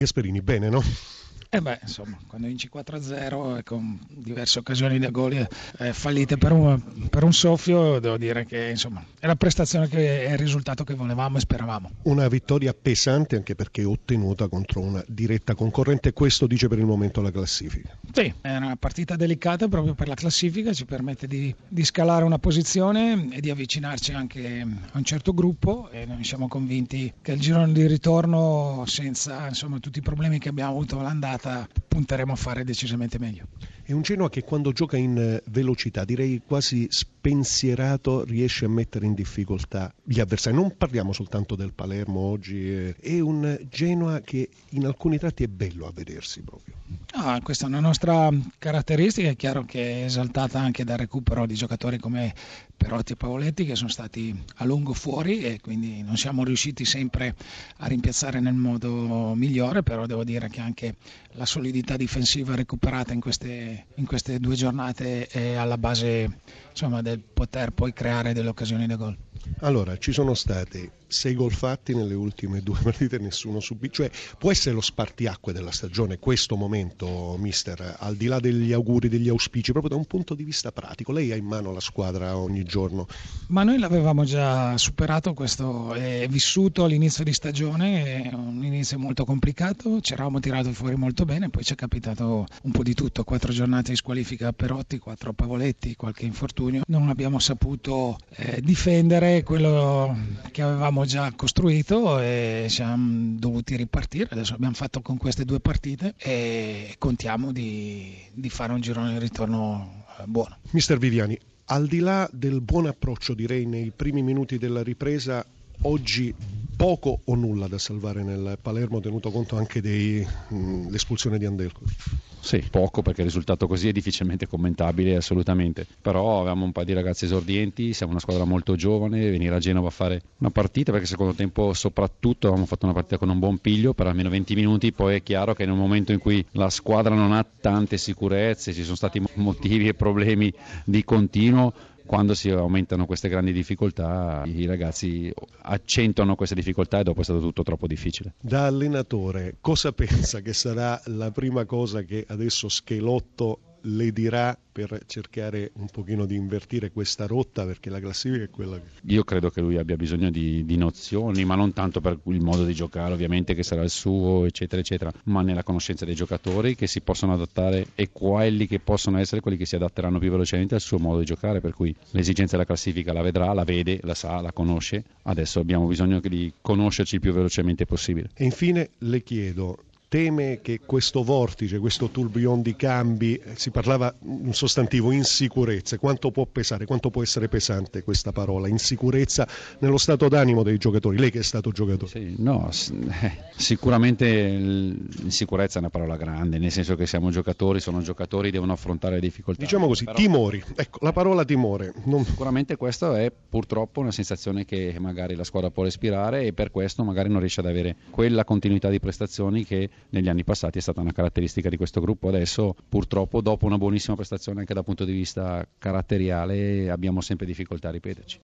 Gasperini, bene, no? Insomma, quando vinci 4-0 e con diverse occasioni da gol fallite per un soffio, devo dire che insomma è la prestazione che è il risultato che volevamo e speravamo. Una vittoria pesante anche perché ottenuta contro una diretta concorrente, questo dice per il momento la classifica. Sì, è una partita delicata proprio per la classifica, ci permette di scalare una posizione e di avvicinarci anche a un certo gruppo e noi siamo convinti che il girone di ritorno, senza insomma tutti i problemi che abbiamo avuto all'andata, punteremo a fare decisamente meglio. È un Genoa che quando gioca in velocità, direi quasi spensierato, riesce a mettere in difficoltà gli avversari. Non parliamo soltanto del Palermo oggi, è un Genoa che in alcuni tratti è bello a vedersi proprio. Questa è una nostra caratteristica, è chiaro che è esaltata anche dal recupero di giocatori come Perotti e Pavoletti che sono stati a lungo fuori e quindi non siamo riusciti sempre a rimpiazzare nel modo migliore, però devo dire che anche la solidità difensiva recuperata in queste 2 giornate è alla base insomma, del poter poi creare delle occasioni da gol. Allora, ci sono stati 6 gol fatti nelle ultime 2 partite, nessuno subito, cioè può essere lo spartiacque della stagione questo momento, mister, al di là degli auguri, degli auspici, proprio da un punto di vista pratico. Lei ha in mano la squadra ogni giorno. Ma noi l'avevamo già superato questo, è vissuto all'inizio di stagione, è un inizio molto complicato, ci eravamo tirati fuori molto bene, poi ci è capitato un po' di tutto, 4 giornate di squalifica a Perotti, 4 a Pavoletti, qualche infortunio, non abbiamo saputo difendere quello che avevamo già costruito e siamo dovuti ripartire, adesso abbiamo fatto con queste 2 partite e contiamo di fare un girone di ritorno buono. Mister Viviani, al di là del buon approccio, direi, nei primi minuti della ripresa, oggi poco o nulla da salvare nel Palermo, tenuto conto anche dell'espulsione di Andelco. Sì, poco perché il risultato così è difficilmente commentabile, assolutamente. Però avevamo un paio di ragazzi esordienti, siamo una squadra molto giovane, venire a Genova a fare una partita perché secondo tempo soprattutto avevamo fatto una partita con un buon piglio per almeno 20 minuti, poi è chiaro che in un momento in cui la squadra non ha tante sicurezze, ci sono stati motivi e problemi di continuo, quando si aumentano queste grandi difficoltà i ragazzi accentuano queste difficoltà e dopo è stato tutto troppo difficile. Da allenatore, cosa pensa che sarà la prima cosa che adesso Schelotto le dirà per cercare un pochino di invertire questa rotta, perché la classifica è quella che... Io credo che lui abbia bisogno di nozioni, ma non tanto per il modo di giocare ovviamente che sarà il suo eccetera eccetera, ma nella conoscenza dei giocatori che si possono adattare e quelli che possono essere quelli che si adatteranno più velocemente al suo modo di giocare, per cui l'esigenza della classifica la vedrà, la vede, la sa, la conosce, adesso abbiamo bisogno di conoscerci il più velocemente possibile. E infine le chiedo, teme che questo vortice, questo tourbillon di cambi, si parlava un sostantivo, insicurezza, quanto può pesare, quanto può essere pesante questa parola, insicurezza nello stato d'animo dei giocatori, lei che è stato giocatore? Sì, no, sicuramente insicurezza è una parola grande, nel senso che siamo giocatori, sono giocatori, devono affrontare le difficoltà. Diciamo così, però, timori, ecco, la parola timore. Sicuramente questa è purtroppo una sensazione che magari la squadra può respirare e per questo magari non riesce ad avere quella continuità di prestazioni che negli anni passati è stata una caratteristica di questo gruppo. Adesso purtroppo dopo una buonissima prestazione anche dal punto di vista caratteriale abbiamo sempre difficoltà a ripeterci.